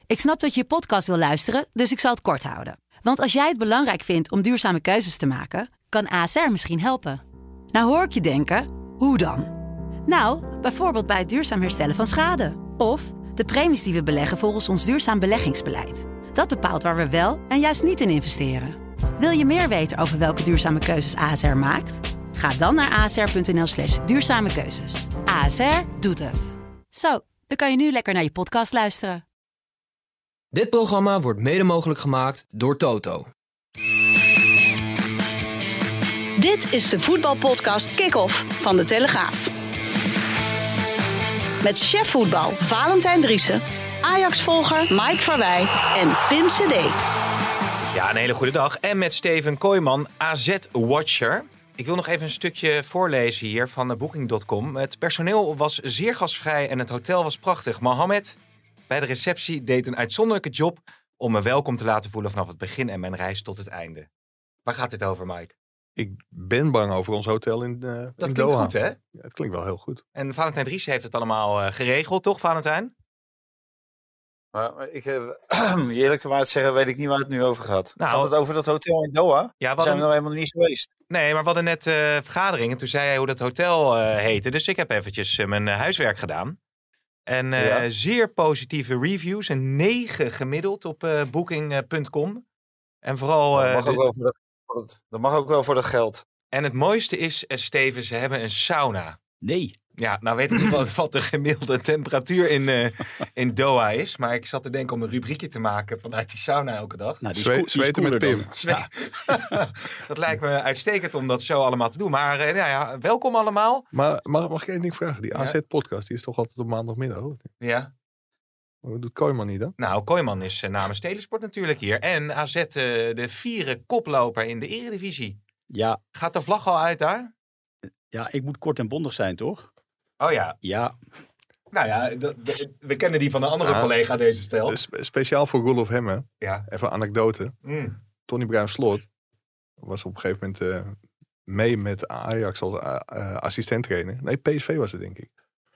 Ik snap dat je podcast wil luisteren, dus ik zal het kort houden. Want als jij het belangrijk vindt om duurzame keuzes te maken, kan ASR misschien helpen. Nou hoor ik je denken, hoe dan? Nou, bijvoorbeeld bij het duurzaam herstellen van schade. Of de premies die we beleggen volgens ons duurzaam beleggingsbeleid. Dat bepaalt waar we wel en juist niet in investeren. Wil je meer weten over welke duurzame keuzes ASR maakt? Ga dan naar asr.nl/duurzame keuzes. ASR doet het. Zo, dan kan je nu lekker naar je podcast luisteren. Dit programma wordt mede mogelijk gemaakt door Toto. Dit is de voetbalpodcast Kick-Off van De Telegraaf. Met chef voetbal Valentijn Driessen, Ajax-volger Mike Verwij en Pim CD. Ja, een hele goede dag. En met Steven Kooijman, AZ-watcher. Ik wil nog even een stukje voorlezen hier van Booking.com. Het personeel was zeer gastvrij en het hotel was prachtig. Mohammed bij de receptie deed een uitzonderlijke job om me welkom te laten voelen vanaf het begin en mijn reis tot het einde. Waar gaat dit over, Mike? Ik ben bang over ons hotel in Doha. Dat klinkt goed, hè? Ja, het klinkt wel heel goed. En Valentijn Driessen heeft het allemaal geregeld, toch, Valentijn? Maar eerlijk te maar te zeggen, weet ik niet waar het nu over gaat. Nou, gaat het over dat hotel in Doha? Ja, Zijn we nou helemaal niet geweest? Nee, maar we hadden net vergadering en toen zei hij hoe dat hotel heette. Dus ik heb eventjes mijn huiswerk gedaan. En zeer positieve reviews. Een 9 gemiddeld op booking.com. En vooral... Dat mag ook wel voor dat geld. En het mooiste is, Steven, ze hebben een sauna. Nee. Ja, nou weet ik niet wat de gemiddelde temperatuur in Doha is. Maar ik zat te denken om een rubriekje te maken vanuit die sauna elke dag. Nou, zweten met Pim. Ja. Dat lijkt me uitstekend om dat zo allemaal te doen. Maar welkom allemaal. Maar mag ik één ding vragen? Die AZ-podcast die is toch altijd op maandagmiddag? Hoor? Ja. Wat doet Kooijman niet dan? Nou, Kooijman is namens Telesport natuurlijk hier. En AZ de 4e koploper in de Eredivisie. Ja. Gaat de vlag al uit daar? Ja, ik moet kort en bondig zijn, toch? Oh ja. Ja. Nou ja, we kennen die van een andere collega deze stel. Speciaal voor Roelof Hemmen. Ja. Even een anekdote. Tony Bruin-Slot was op een gegeven moment mee met Ajax als assistenttrainer. Nee, PSV was het denk ik.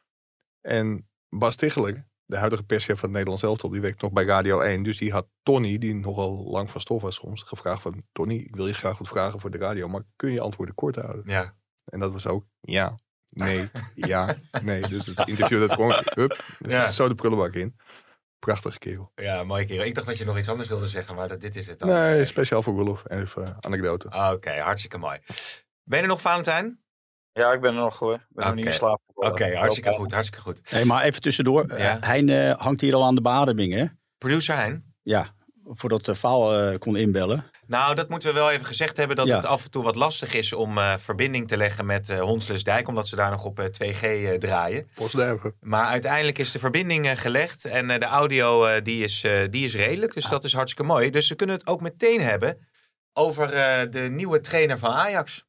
En Bas Ticheler, de huidige perschef van het Nederlands elftal, die werkt nog bij Radio 1. Dus die had Tony, die nogal lang van stof was soms, gevraagd van... Tony, ik wil je graag wat vragen voor de radio, maar kun je antwoorden kort houden? Ja. En dat was ook ja, nee, ja, nee. Dus het interview dat gewoon, zo de prullenbak in. Prachtige kerel. Ja, mooie kerel. Ik dacht dat je nog iets anders wilde zeggen, maar dit is het dan. Nee, speciaal voor Roelof. Even anekdote. Oké, hartstikke mooi. Ben je er nog, Valentijn? Ja, ik ben er nog hoor. Ik ben nog niet in slaap gevallen. Oké, hartstikke goed. Hey, maar even tussendoor. Hein hangt hier al aan de beademing, hè? Producer Hein? Ja, voordat Vaal kon inbellen. Nou, dat moeten we wel even gezegd hebben. Dat het af en toe wat lastig is om verbinding te leggen met Honslersdijk. Omdat ze daar nog op 2G draaien. Postduiven. Maar uiteindelijk is de verbinding gelegd. En de audio die is redelijk. Dus dat is hartstikke mooi. Dus we kunnen het ook meteen hebben over de nieuwe trainer van Ajax.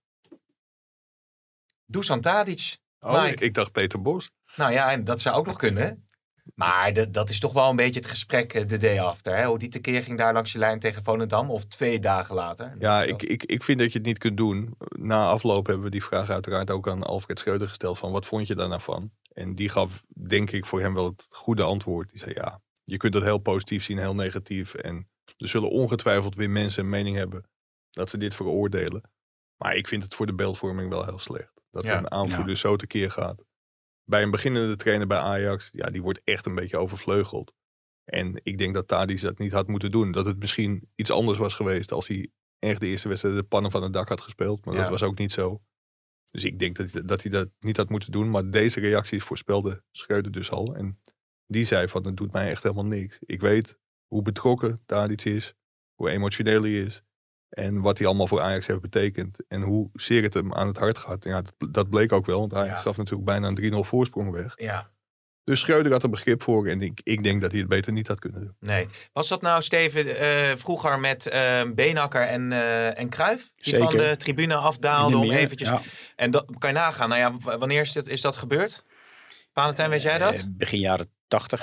Dusan Tadic. Oh, ik dacht Peter Bos. Nou ja, dat zou ook nog kunnen. Maar dat is toch wel een beetje het gesprek de day after. Hè? Hoe die tekeer ging daar langs je lijn tegen Volendam. Of 2 dagen later. Ja, ik vind dat je het niet kunt doen. Na afloop hebben we die vraag uiteraard ook aan Alfred Schreuder gesteld. Van wat vond je daar nou van? En die gaf denk ik voor hem wel het goede antwoord. Die zei ja, je kunt dat heel positief zien, heel negatief. En er zullen ongetwijfeld weer mensen een mening hebben dat ze dit veroordelen. Maar ik vind het voor de beeldvorming wel heel slecht. Dat een aanvoerder zo tekeer gaat. Bij een beginnende trainer bij Ajax, ja, die wordt echt een beetje overvleugeld. En ik denk dat Tadic dat niet had moeten doen. Dat het misschien iets anders was geweest als hij echt de eerste wedstrijd de pannen van het dak had gespeeld. Maar dat was ook niet zo. Dus ik denk dat hij dat niet had moeten doen. Maar deze reacties voorspelde Schreuder dus al. En die zei van, het doet mij echt helemaal niks. Ik weet hoe betrokken Tadic is, hoe emotioneel hij is. En wat hij allemaal voor Ajax heeft betekend. En hoe zeer het hem aan het hart gaat. Ja, dat bleek ook wel. Want Ajax gaf natuurlijk bijna een 3-0 voorsprong weg. Ja. Dus Schreuder had er begrip voor. En ik denk dat hij het beter niet had kunnen doen. Nee. Was dat nou, Steven, vroeger met Beenhakker en Cruijff? Die Zeker. van de tribune afdaalden om eventjes... Ja. En dat kan je nagaan. Nou ja, wanneer is dat gebeurd? Valentijn, weet jij dat? Begin jaren 80.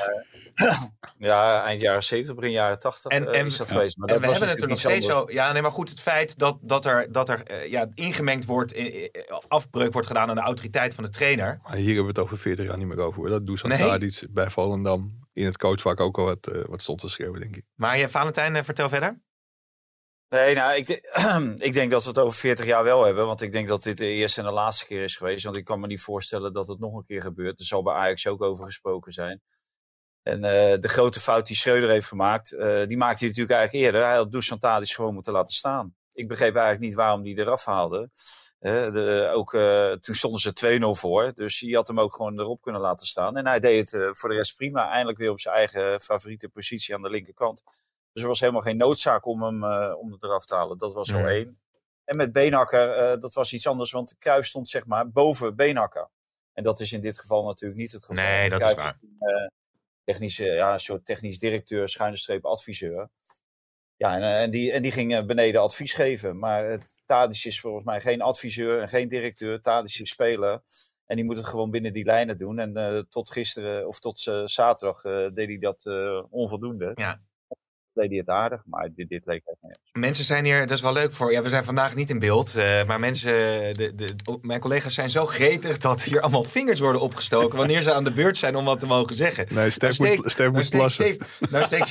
Ja, eind jaren 70, begin jaren 80 is dat geweest. Maar en dat we hebben het er nog steeds zo. zo... Ja, nee, maar goed, het feit dat er ingemengd wordt... afbreuk wordt gedaan aan de autoriteit van de trainer. Maar hier hebben we het over 40 jaar niet meer over. Hoor. Dat doet zo'n Tadic bij Volendam. in het coachvak ook al wat stond te schreeuwen, denk ik. Maar Valentijn, vertel verder. Nee, nou, ik denk dat we het over 40 jaar wel hebben. Want ik denk dat dit de eerste en de laatste keer is geweest. Want ik kan me niet voorstellen dat het nog een keer gebeurt. Er zal bij Ajax ook over gesproken zijn. En de grote fout die Schreuder heeft gemaakt, die maakte hij natuurlijk eigenlijk eerder. Hij had Dusan Tadic gewoon moeten laten staan. Ik begreep eigenlijk niet waarom hij eraf haalde. Toen stonden ze 2-0 voor. Dus hij had hem ook gewoon erop kunnen laten staan. En hij deed het voor de rest prima. Eindelijk weer op zijn eigen favoriete positie aan de linkerkant. Dus er was helemaal geen noodzaak om hem eraf te halen. Dat was al 1. En met Beenhakker, dat was iets anders. Want de Cruijff stond zeg maar boven Beenhakker. En dat is in dit geval natuurlijk niet het geval. Nee, dat is waar. Een soort technisch directeur, / adviseur. Ja, en die ging beneden advies geven. Maar Tadic is volgens mij geen adviseur en geen directeur. Tadic is speler. En die moet het gewoon binnen die lijnen doen. En tot gisteren of tot zaterdag deed hij dat onvoldoende. Ja. Deed hij het aardig, maar dit leek echt niet. Mensen zijn hier, dat is wel leuk voor. Ja, we zijn vandaag niet in beeld, maar mijn collega's zijn zo gretig dat hier allemaal vingers worden opgestoken wanneer ze aan de beurt zijn om wat te mogen zeggen. Nee, Stef moet plassen. Nou steekt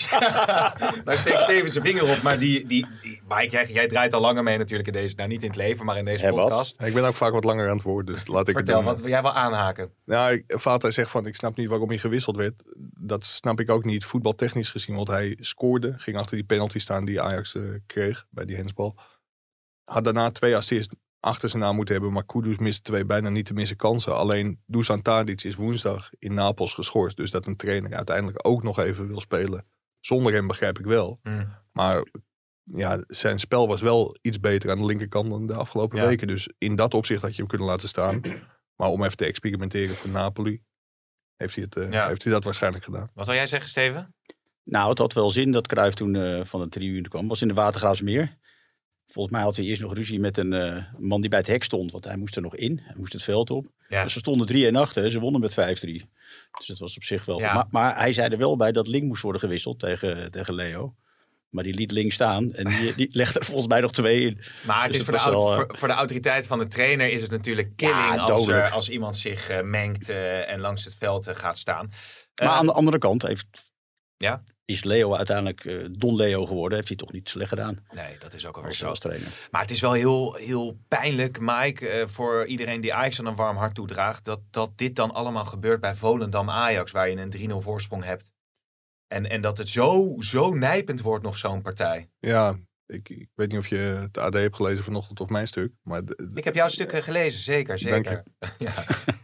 Steven zijn vinger op, maar Mike, jij draait al langer mee natuurlijk in deze, nou niet in het leven, maar in deze podcast. Ik ben ook vaak wat langer aan het woord, dus laat ik Vertel, het doen. wat wil jij wel aanhaken? Nou, Vater zegt van, ik snap niet waarom hij gewisseld werd. Dat snap ik ook niet, voetbaltechnisch gezien, want hij scoorde. Ging achter die penalty staan die Ajax kreeg bij die handsbal. Had daarna 2 assists achter zijn naam moeten hebben. Maar Kudus miste 2 bijna niet te missen kansen. Alleen Dusan Tadic is woensdag in Napels geschorst. Dus dat een trainer uiteindelijk ook nog even wil spelen. Zonder hem begrijp ik wel. Maar ja, zijn spel was wel iets beter aan de linkerkant dan de afgelopen weken. Dus in dat opzicht had je hem kunnen laten staan. Maar om even te experimenteren voor Napoli heeft hij dat waarschijnlijk gedaan. Wat wil jij zeggen, Steven? Nou, het had wel zin dat Cruijff toen van de tribune kwam. Was in de Watergraafsmeer. Volgens mij had hij eerst nog ruzie met een man die bij het hek stond. Want hij moest er nog in. Hij moest het veld op. Ja. Dus ze stonden 3-1 achter. Ze wonnen met 5-3. Dus dat was op zich wel... Ja. Maar hij zei er wel bij dat Link moest worden gewisseld tegen Leo. Maar die liet Link staan. En die legde er volgens mij nog 2 in. Maar het dus is voor de autoriteit van de trainer is het natuurlijk killing als iemand zich mengt en langs het veld gaat staan. Maar aan de andere kant is Leo uiteindelijk Don Leo geworden. Heeft hij toch niet slecht gedaan. Nee, dat is ook alweer zo. Als trainer. Maar het is wel heel pijnlijk, Mike, voor iedereen die Ajax aan een warm hart toedraagt, dat dit dan allemaal gebeurt bij Volendam-Ajax, waar je een 3-0 voorsprong hebt. En dat het zo nijpend wordt nog zo'n partij. Ja, ik weet niet of je het AD hebt gelezen vanochtend of mijn stuk. Maar ik heb jouw stukken gelezen, zeker. Dank je. Ja.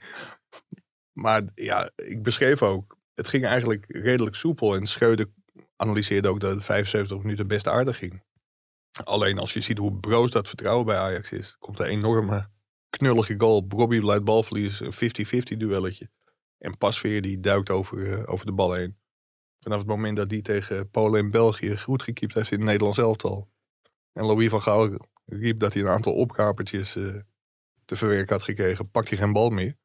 Maar ja, ik beschreef ook, het ging eigenlijk redelijk soepel. En Schreuder analyseerde ook dat het 75 minuten best aardig ging. Alleen als je ziet hoe broos dat vertrouwen bij Ajax is, komt een enorme knullige goal. Robbie leidt balverlies, een 50-50 duelletje. En Pasveer die duikt over de bal heen. Vanaf het moment dat die tegen Polen en België goed gekiept heeft in het Nederlands elftal. En Louis van Gaal riep dat hij een aantal opkapertjes te verwerken had gekregen, pakt hij geen bal meer.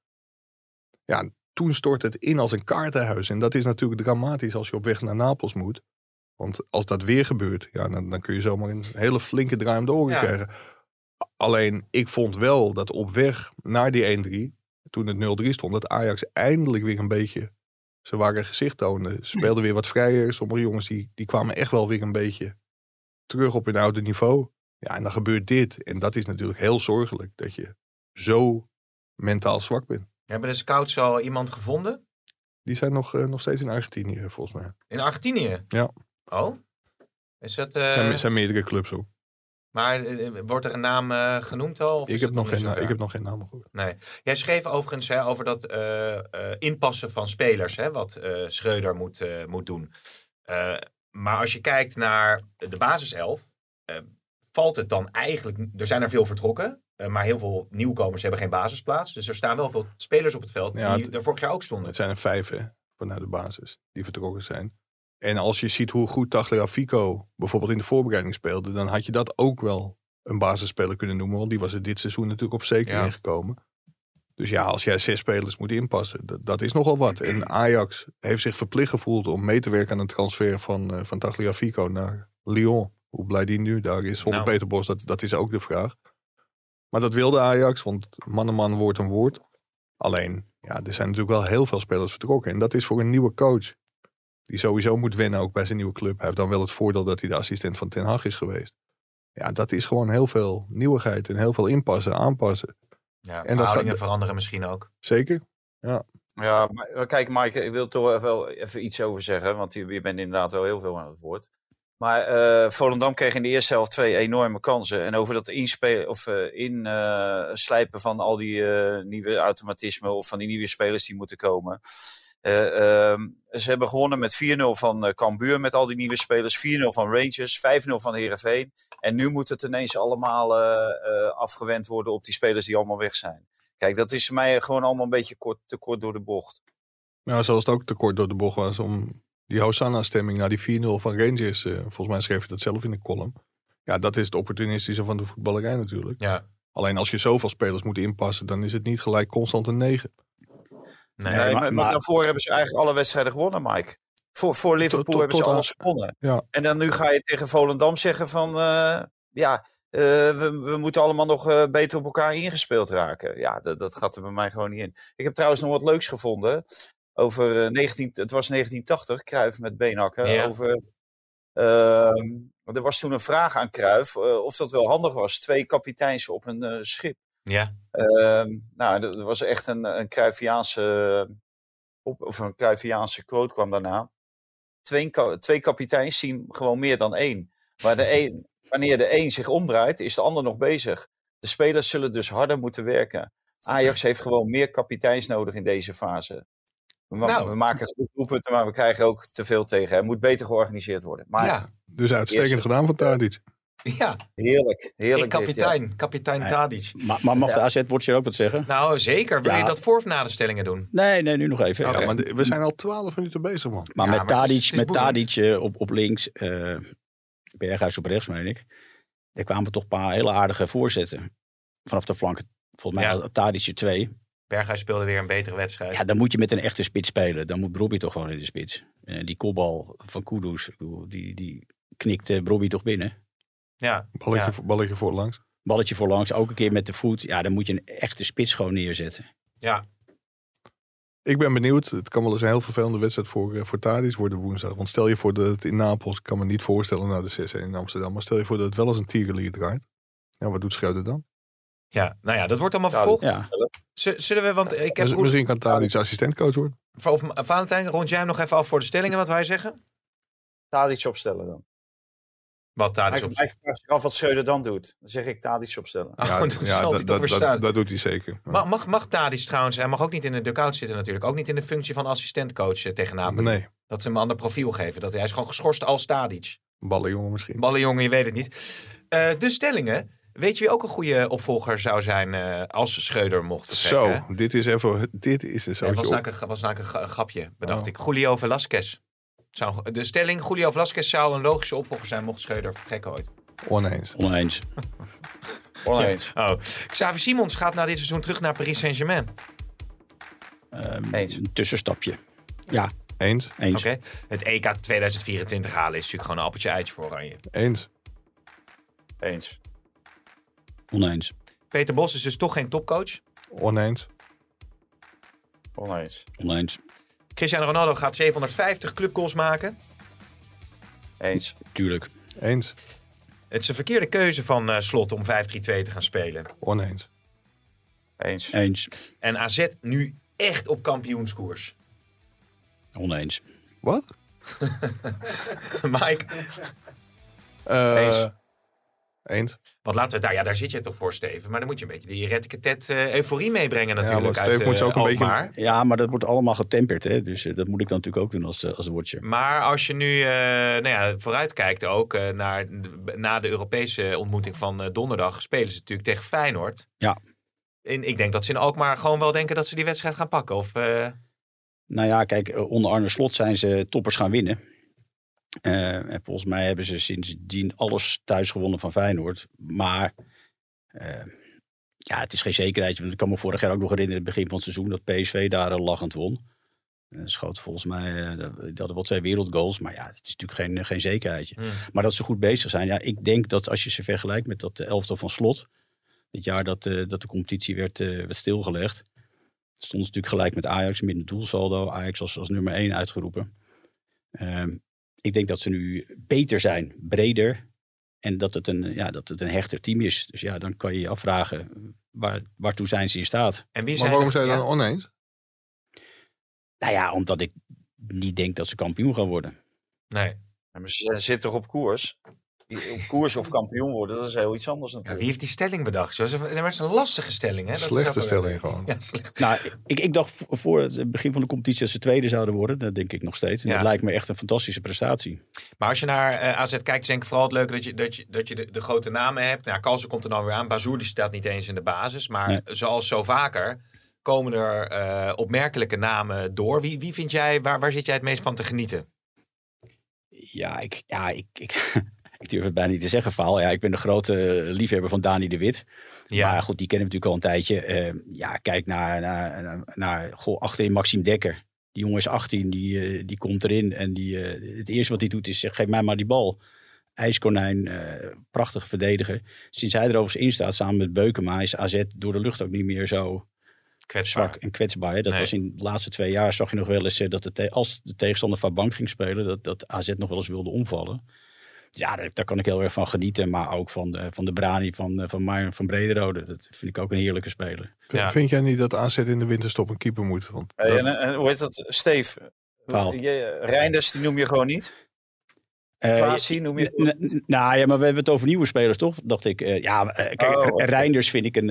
Ja, toen stort het in als een kaartenhuis. En dat is natuurlijk dramatisch als je op weg naar Napels moet. Want als dat weer gebeurt, ja, dan kun je zomaar een hele flinke draai om de oren krijgen. Alleen, ik vond wel dat op weg naar die 1-3, toen het 0-3 stond, dat Ajax eindelijk weer een beetje zijn ware gezicht toonde. Speelden weer wat vrijer. Sommige jongens die kwamen echt wel weer een beetje terug op hun oude niveau. Ja, en dan gebeurt dit. En dat is natuurlijk heel zorgelijk, dat je zo mentaal zwak bent. Hebben de scouts al iemand gevonden? Die zijn nog steeds in Argentinië, volgens mij. In Argentinië? Ja. Oh? Is dat... zijn meerdere clubs ook. Maar wordt er een naam genoemd al? Of ik heb nog geen naam gehoord. Nee. Jij schreef overigens over dat inpassen van spelers, wat Schreuder moet doen. Maar als je kijkt naar de basiself, valt het dan eigenlijk... Er zijn er veel vertrokken, maar heel veel nieuwkomers hebben geen basisplaats. Dus er staan wel veel spelers op het veld die er vorig jaar ook stonden. Het zijn er 5 vanuit de basis die vertrokken zijn. En als je ziet hoe goed Tagliafico bijvoorbeeld in de voorbereiding speelde, dan had je dat ook wel een basisspeler kunnen noemen. Want die was er dit seizoen natuurlijk op zeker ingekomen. Dus ja, als jij 6 spelers moet inpassen, dat is nogal wat. En Ajax heeft zich verplicht gevoeld om mee te werken aan een transfer van Tagliafico naar Lyon. Hoe blij die nu daar is zonder Peter Bos, dat is ook de vraag. Maar dat wilde Ajax, want man en man, woord en woord. Alleen, ja, er zijn natuurlijk wel heel veel spelers vertrokken. En dat is voor een nieuwe coach Die sowieso moet wennen ook bij zijn nieuwe club. Hij heeft dan wel het voordeel dat hij de assistent van Ten Hag is geweest. Ja, dat is gewoon heel veel nieuwigheid en heel veel inpassen, aanpassen. Ja, En verhoudingen veranderen misschien ook. Zeker. Ja, maar kijk Mike, ik wil er toch wel even iets over zeggen. Want je bent inderdaad wel heel veel aan het woord. Maar Volendam kreeg in de eerste helft 2 enorme kansen. En over dat inslijpen van al die nieuwe automatismen of van die nieuwe spelers die moeten komen. Ze hebben gewonnen met 4-0 van Cambuur met al die nieuwe spelers. 4-0 van Rangers, 5-0 van Heerenveen. En nu moet het ineens allemaal afgewend worden op die spelers die allemaal weg zijn. Kijk, dat is mij gewoon allemaal een beetje te kort door de bocht. Nou, zoals het ook te kort door de bocht was om die Hosanna-stemming naar die 4-0 van Rangers. Volgens mij schreef je dat zelf in de column. Ja, dat is het opportunistische van de voetballerij natuurlijk. Ja. Alleen als je zoveel spelers moet inpassen, dan is het niet gelijk constant een 9. Nee, maar daarvoor hebben ze eigenlijk alle wedstrijden gewonnen, Mike. Voor Liverpool hebben ze alles gewonnen. Ja. En dan nu ga je tegen Volendam zeggen van... we moeten allemaal nog beter op elkaar ingespeeld raken. Ja, dat gaat er bij mij gewoon niet in. Ik heb trouwens nog wat leuks gevonden. Over het was 1980, Cruijff met Beenhakker. Ja. Er was toen een vraag aan Cruijff of dat wel handig was. 2 kapiteins op een schip. Ja. Dat was echt een Cruyffiaanse quote kwam daarna. 2 kapiteins zien gewoon meer dan 1. Maar wanneer de een zich omdraait, is de ander nog bezig. De spelers zullen dus harder moeten werken. Ajax heeft gewoon meer kapiteins nodig in deze fase. We maken goed doelpunten, maar we krijgen ook te veel tegen. Het moet beter georganiseerd worden. Maar Dus uitstekend gedaan van Tadic. Ja. Heerlijk. Kapitein Tadic. Maar mag de AZ-watcher ook wat zeggen? Nou, zeker. Wil je dat voor of na de stellingen doen? Nee, nu nog even. Ja, maar we zijn al 12 minuten bezig, man. Maar met Tadic, het is op links, Berghuis op rechts, meen ik. Er kwamen toch een paar hele aardige voorzetten. Vanaf de flank. Volgens mij had Tadic 2. Berghuis speelde weer een betere wedstrijd. Ja, dan moet je met een echte spits spelen. Dan moet Brobbey toch gewoon in de spits. Die kopbal van Kudus, die knikt Brobbey toch binnen. Ja. Balletje voorlangs. Balletje voorlangs, ook een keer met de voet. Ja, dan moet je een echte spits gewoon neerzetten. Ja. Ik ben benieuwd. Het kan wel eens een heel vervelende wedstrijd voor Tadic worden woensdag. Want stel je voor dat het in Napels, ik kan me niet voorstellen na de 6-1 in Amsterdam. Maar stel je voor dat het wel eens een tierenlier draait. Ja, wat doet Schreuder dan? Ja, nou ja, dat wordt allemaal vervolgd. Ja. Zullen we, want ik heb Misschien kan Tadic assistentcoach worden. Valentijn, rond jij hem nog even af voor de stellingen, wat wij zeggen? Tadic opstellen dan. Wat Tadic Hij opstellen? vraagt zich af wat Schreuder dan doet. Dan zeg ik Tadic opstellen. Dat doet hij zeker. Ja. Mag Tadic trouwens, hij mag ook niet in de dugout zitten natuurlijk. Ook niet in de functie van assistentcoach tegen Napoli. Nee. Dat ze hem een ander profiel geven. Hij is gewoon geschorst als Tadic. Ballenjongen misschien. Ballenjongen, je weet het niet. De stellingen. Weet je wie ook een goede opvolger zou zijn als Schreuder mocht vertrekken? Zo, dit is een zootje was nou een grapje, bedacht ik. Julio Velasquez. De stelling, Julio Velasquez zou een logische opvolger zijn mocht Schreuder vertrekken ooit. Oneens. Oh. Xavi Simons gaat na dit seizoen terug naar Paris Saint-Germain. Eens. Een tussenstapje. Ja. Eens. Oké. Het EK 2024 halen is natuurlijk gewoon een appeltje eitje voor Oranje. Eens. Oneens. Peter Bos is dus toch geen topcoach. Oneens. Cristiano Ronaldo gaat 750 clubgoals maken. Eens. Tuurlijk. Eens. Het is een verkeerde keuze van Slot om 5-3-2 te gaan spelen. Oneens. Eens. En AZ nu echt op kampioenskoers. Oneens. Wat? Mike? Eens. Want laten we daar zit je toch voor, Steven. Maar dan moet je een beetje die retteketet euforie meebrengen natuurlijk. Ja, maar Steven moet ze ook een beetje... Ja, maar dat wordt allemaal getemperd. Hè? Dus dat moet ik dan natuurlijk ook doen als watcher. Maar als je nu vooruit kijkt ook na de Europese ontmoeting van donderdag, spelen ze natuurlijk tegen Feyenoord. Ja. En ik denk dat ze in Alkmaar gewoon wel denken dat ze die wedstrijd gaan pakken. Of, Nou ja, kijk, onder Arne Slot zijn ze toppers gaan winnen. En volgens mij hebben ze sindsdien alles thuis gewonnen van Feyenoord. Maar het is geen zekerheid. Want ik kan me vorig jaar ook nog herinneren, het begin van het seizoen, dat PSV daar lachend won. Schoot volgens mij, die hadden wel 2 wereldgoals. Maar ja, het is natuurlijk geen zekerheidje. Maar dat ze goed bezig zijn. Ja, ik denk dat als je ze vergelijkt met dat elftal van Slot. Dit jaar dat de competitie werd stilgelegd. Stond ze natuurlijk gelijk met Ajax, midden doelsaldo. Ajax als nummer 1 uitgeroepen. Ik denk dat ze nu beter zijn, breder. En dat het een hechter team is. Dus ja, dan kan je je afvragen, waartoe zijn ze in staat? En wie Maar zijn waarom zijn je dan oneens? Nou ja, omdat ik niet denk dat ze kampioen gaan worden. Nee. Ja, maar ze zitten toch op koers? Op koers of kampioen worden, dat is heel iets anders Ja, natuurlijk. wie heeft die stelling bedacht? Dat is een lastige stelling. Hè? Dat Slechte is ook wel- stelling gewoon. Ja, slecht. Nou, ik dacht voor het begin van de competitie dat ze tweede zouden worden. Dat denk ik nog steeds. En Ja. dat lijkt me echt een fantastische prestatie. Maar als je naar AZ kijkt, denk ik vooral het leuke dat je de grote namen hebt. Nou, Kalsen komt er nou weer aan. Bazoer die staat niet eens in de basis. Maar Nee. zoals zo vaker komen er opmerkelijke namen door. Wie vind jij, waar zit jij het meest van te genieten? Ik durf het bijna niet te zeggen, Vaal. Ja, ik ben de grote liefhebber van Dani de Wit. Ja, Maar goed, die kennen we natuurlijk al een tijdje. Kijk naar achterin Maxime Dekker. Die jongen is 18, die komt erin. En het eerste wat hij doet is, geef mij maar die bal. IJskonijn, prachtige verdediger. Sinds hij er overigens in staat, samen met Beukema, is AZ door de lucht ook niet meer zo kwetsbaar. zwak en kwetsbaar. Hè? Dat Nee. was in de laatste 2 jaar, zag je nog wel eens dat als de tegenstander van bank ging spelen, dat AZ nog wel eens wilde omvallen. Ja, daar kan ik heel erg van genieten. Maar ook van de Brani van Marjon van Brederode. Dat vind ik ook een heerlijke speler. Ja. Vind jij niet dat AZ in de winterstop een keeper moet? Want dat- En hoe heet dat? Steve, Paal. Reinders, die noem je gewoon niet? Klaasie noem je Nou ja, maar we hebben het over nieuwe spelers, toch? Dacht ik. Kijk, oké. Reinders vind ik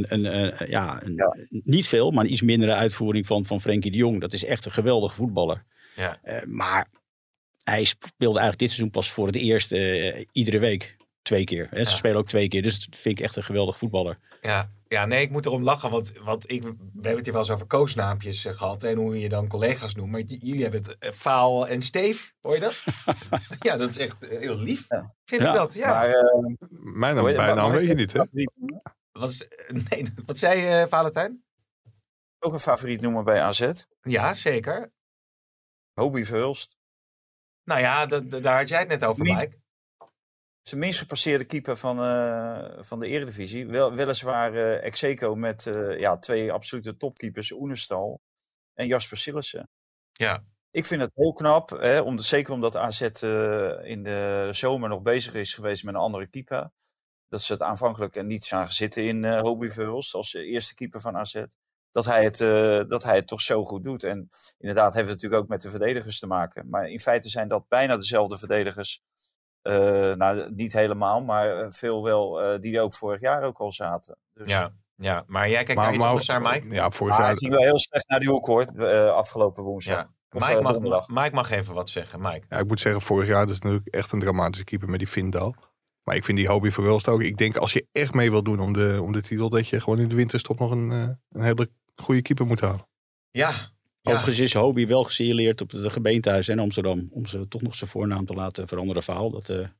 niet veel, maar een iets mindere uitvoering van Frenkie de Jong. Dat is echt een geweldige voetballer. Ja. Maar hij speelde eigenlijk dit seizoen pas voor het eerst iedere week 2 keer. Hè? Ze Ja. spelen ook 2 keer, dus dat vind ik echt een geweldige voetballer. Ja, nee, ik moet erom lachen, want we hebben het hier wel eens over koosnaampjes gehad en hoe je dan collega's noemt. Maar jullie hebben het Vaal en Steef, hoor je dat? Ja, dat is echt heel lief. Ja. Vind ik Ja. dat, ja. Maar, Mijn hoe heet- bijnaam mag weet ik je een niet, hè? favoriet noemen? Wat zei je, Valentijn? Ook een favoriet noemen bij AZ? Ja, zeker. Hobie Verhulst. Nou ja, daar had jij het net over, Niet- Mike. Het is de minst gepasseerde keeper van de Eredivisie. Weliswaar ex-aequo met 2 absolute topkeepers. Oenerstal en Jasper Sillissen. Ja. Ik vind het heel knap. Zeker omdat AZ in de zomer nog bezig is geweest met een andere keeper. Dat ze het aanvankelijk niet zagen zitten in Hobie Verhulst als eerste keeper van AZ. Dat hij het toch zo goed doet. En inderdaad heeft het natuurlijk ook met de verdedigers te maken. Maar in feite zijn dat bijna dezelfde verdedigers. Niet helemaal, maar veel wel die er ook vorig jaar ook al zaten. Dus, Ja, maar jij kijkt naar iets naar Mike. Ja, vorig maar jaar. hij ging wel heel slecht naar die hoek hoor, afgelopen woensdag. Ja. Of, donderdag. Mike mag even wat zeggen, Mike. Ja, ik moet zeggen, vorig jaar is natuurlijk echt een dramatische keeper met die Vindal. Maar ik vind die Hobie Verhulst ook. Ik denk als je echt mee wil doen om de titel, dat je gewoon in de winterstop nog een hele goede keeper moet halen. Ja. Overigens is Hobie wel gesignaleerd op de gemeentehuis in Amsterdam. Om ze toch nog zijn voornaam te laten veranderen. Verhaal.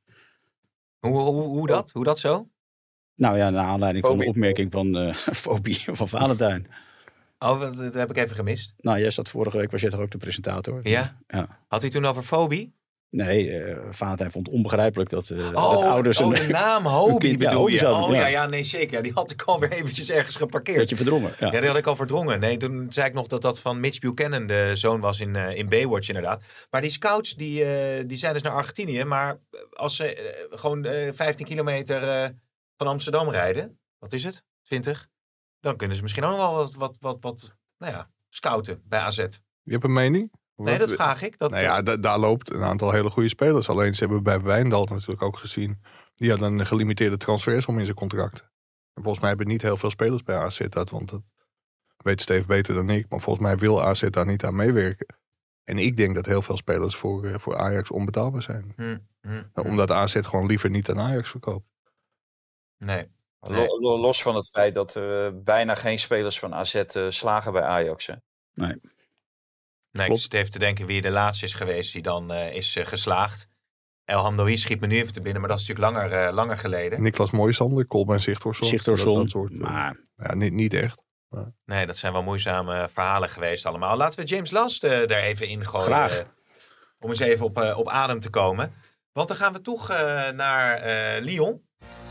Hoe dat? Hoe dat zo? Nou ja, naar aanleiding van de Fobie. opmerking van Fobie van Valentijn. Oh, dat heb ik even gemist. Nou, jij zat vorige week, was jij toch ook de presentator? Ja? Ja. Had hij toen over fobie? Nee, Valentijn vond het onbegrijpelijk dat dat Oh, ouders de naam Hobie kind- ja, bedoel Hobie je? zouden- Oh ja. ja, nee, zeker. Ja, die had ik alweer eventjes ergens een geparkeerd. beetje verdrongen. Ja. Ja, die had ik al verdrongen. Nee, toen zei ik nog dat dat van Mitch Buchanan de zoon was in Baywatch inderdaad. Maar die scouts die zijn dus naar Argentinië. Maar als ze gewoon 15 kilometer van Amsterdam rijden, wat is het? 20? Dan kunnen ze misschien ook nog wel wat scouten bij AZ. Je hebt een mening? Nee, dat vraag ik. Nou ja, daar loopt een aantal hele goede spelers. Alleen ze hebben bij Wijndal natuurlijk ook gezien. Die had een gelimiteerde transfersom in zijn contract. En volgens mij hebben niet heel veel spelers bij AZ dat. Want dat weet Steve beter dan ik. Maar volgens mij wil AZ daar niet aan meewerken. En ik denk dat heel veel spelers voor Ajax onbetaalbaar zijn. Omdat AZ gewoon liever niet aan Ajax verkoopt. Nee. Los van het feit dat er bijna geen spelers van AZ slagen bij Ajax. Hè? Nee, ik Klopt. zit even te denken wie de laatste is geweest die dan is geslaagd. El Hamdoui schiet me nu even te binnen, maar dat is natuurlijk langer geleden. Niklas Mooijsander, Kolbein Sigthorsson. Sigthorsson, Dat soort, maar ja, niet echt. Nee, dat zijn wel moeizame verhalen geweest allemaal. Laten we James Last daar even in gooien. Graag. Om eens even op adem te komen. Want dan gaan we toch naar Lyon.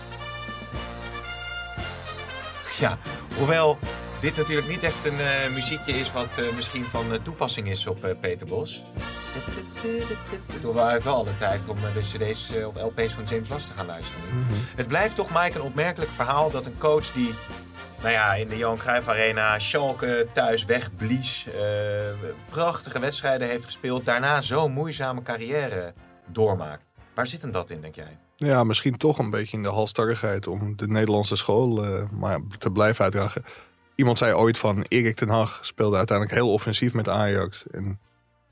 Ja, hoewel dit natuurlijk niet echt een muziekje is wat misschien van toepassing is op Peter Bos. Het doen we wel alle tijd om de cd's op LP's van James Last te gaan luisteren. Het blijft toch, Mike, een opmerkelijk verhaal dat een coach die in de Johan Cruijff Arena Schalke thuis wegblies, prachtige wedstrijden heeft gespeeld, daarna zo'n moeizame carrière doormaakt. Waar zit hem dat in, denk jij? Ja, misschien toch een beetje in de halstarrigheid om de Nederlandse school maar te blijven uitdragen. Iemand zei ooit van Erik ten Hag speelde uiteindelijk heel offensief met Ajax. En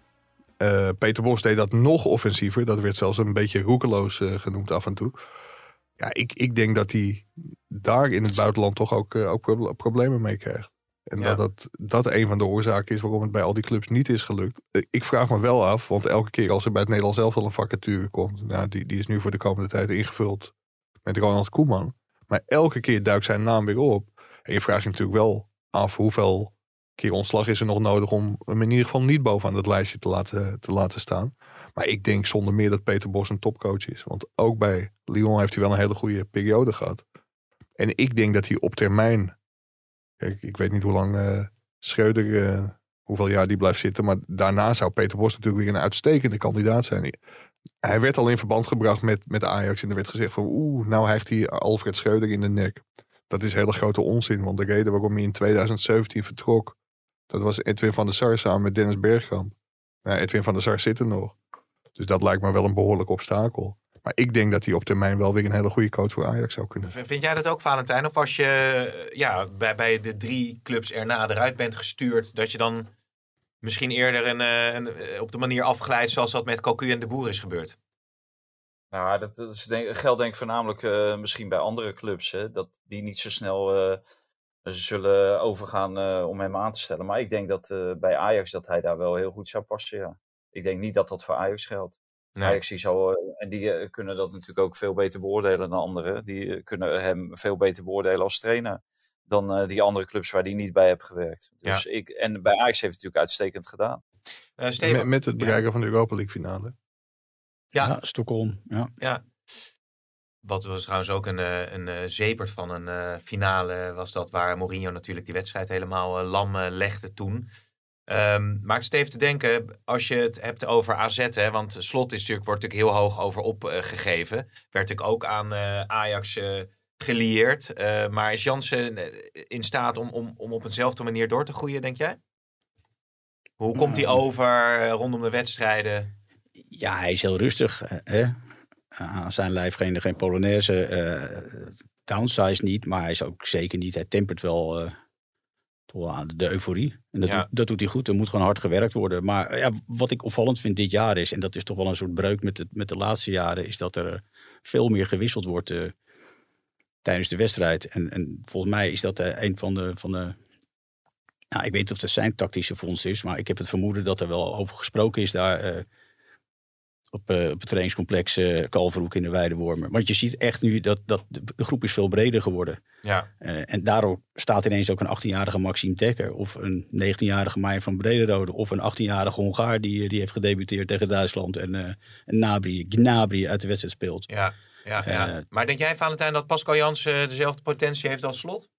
Peter Bos deed dat nog offensiever. Dat werd zelfs een beetje roekeloos genoemd af en toe. Ja, ik denk dat hij daar in het buitenland toch ook problemen mee krijgt. En dat een van de oorzaken is waarom het bij al die clubs niet is gelukt. Ik vraag me wel af, want elke keer als er bij het Nederlands elftal een vacature komt, die is nu voor de komende tijd ingevuld met Ronald Koeman. Maar elke keer duikt zijn naam weer op. En je vraagt je natuurlijk wel af hoeveel keer ontslag is er nog nodig om hem in ieder geval niet bovenaan dat lijstje te laten staan. Maar ik denk zonder meer dat Peter Bos een topcoach is. Want ook bij Lyon heeft hij wel een hele goede periode gehad. En ik denk dat hij op termijn, ik weet niet hoe lang Schreuder, hoeveel jaar die blijft zitten. Maar daarna zou Peter Bos natuurlijk weer een uitstekende kandidaat zijn. Hij werd al in verband gebracht met Ajax. En er werd gezegd van nou hijgt hij Alfred Schreuder in de nek. Dat is hele grote onzin. Want de reden waarom hij in 2017 vertrok, dat was Edwin van der Sar samen met Dennis Bergkamp. Edwin van der Sar zit er nog. Dus dat lijkt me wel een behoorlijk obstakel. Maar ik denk dat hij op termijn wel weer een hele goede coach voor Ajax zou kunnen. Vind jij dat ook, Valentijn? Of als je bij de 3 clubs erna eruit bent gestuurd, dat je dan misschien eerder op de manier afglijdt zoals dat met Cocu en de Boer is gebeurd? Nou, dat geldt denk ik voornamelijk misschien bij andere clubs. Hè, dat die niet zo snel zullen overgaan om hem aan te stellen. Maar ik denk dat bij Ajax dat hij daar wel heel goed zou passen, ja. Ik denk niet dat dat voor Ajax geldt. Nee. Ajax die kunnen dat natuurlijk ook veel beter beoordelen dan anderen. Die kunnen hem veel beter beoordelen als trainer dan die andere clubs waar hij niet bij heeft gewerkt. Dus en bij Ajax heeft hij natuurlijk uitstekend gedaan. Met het bereiken van de Europa League finale. Ja, Stockholm. Ja. Wat was trouwens ook een zepert van een finale was dat, waar Mourinho natuurlijk die wedstrijd helemaal lam legde toen. Maar ik zit even te denken, als je het hebt over AZ, hè, want Slot wordt natuurlijk heel hoog over opgegeven. Werd natuurlijk ook aan Ajax gelieerd. Maar is Jansen in staat om op eenzelfde manier door te groeien, denk jij? Hoe komt hij over rondom de wedstrijden? Ja, hij is heel rustig. Aan zijn lijf geen Polonaise. Downsize niet, maar hij is ook zeker niet. Hij tempert wel de euforie. En dat doet hij goed. Er moet gewoon hard gewerkt worden. Maar wat ik opvallend vind dit jaar is, en dat is toch wel een soort breuk met de laatste jaren, is dat er veel meer gewisseld wordt tijdens de wedstrijd. En volgens mij is dat een van de ik weet niet of dat zijn tactische vondst is, maar ik heb het vermoeden dat er wel over gesproken is daar op het trainingscomplex Kalverhoek in de Weidewormer. Want je ziet echt nu dat de groep is veel breder geworden. Ja. En daardoor staat ineens ook een 18-jarige Maxime Dekker of een 19-jarige Meijer van Brederode of een 18-jarige Hongaar die heeft gedebuteerd tegen Duitsland en Gnabry uit de wedstrijd speelt. Ja. Maar denk jij, Valentijn, dat Pascal Jansen dezelfde potentie heeft als Slot?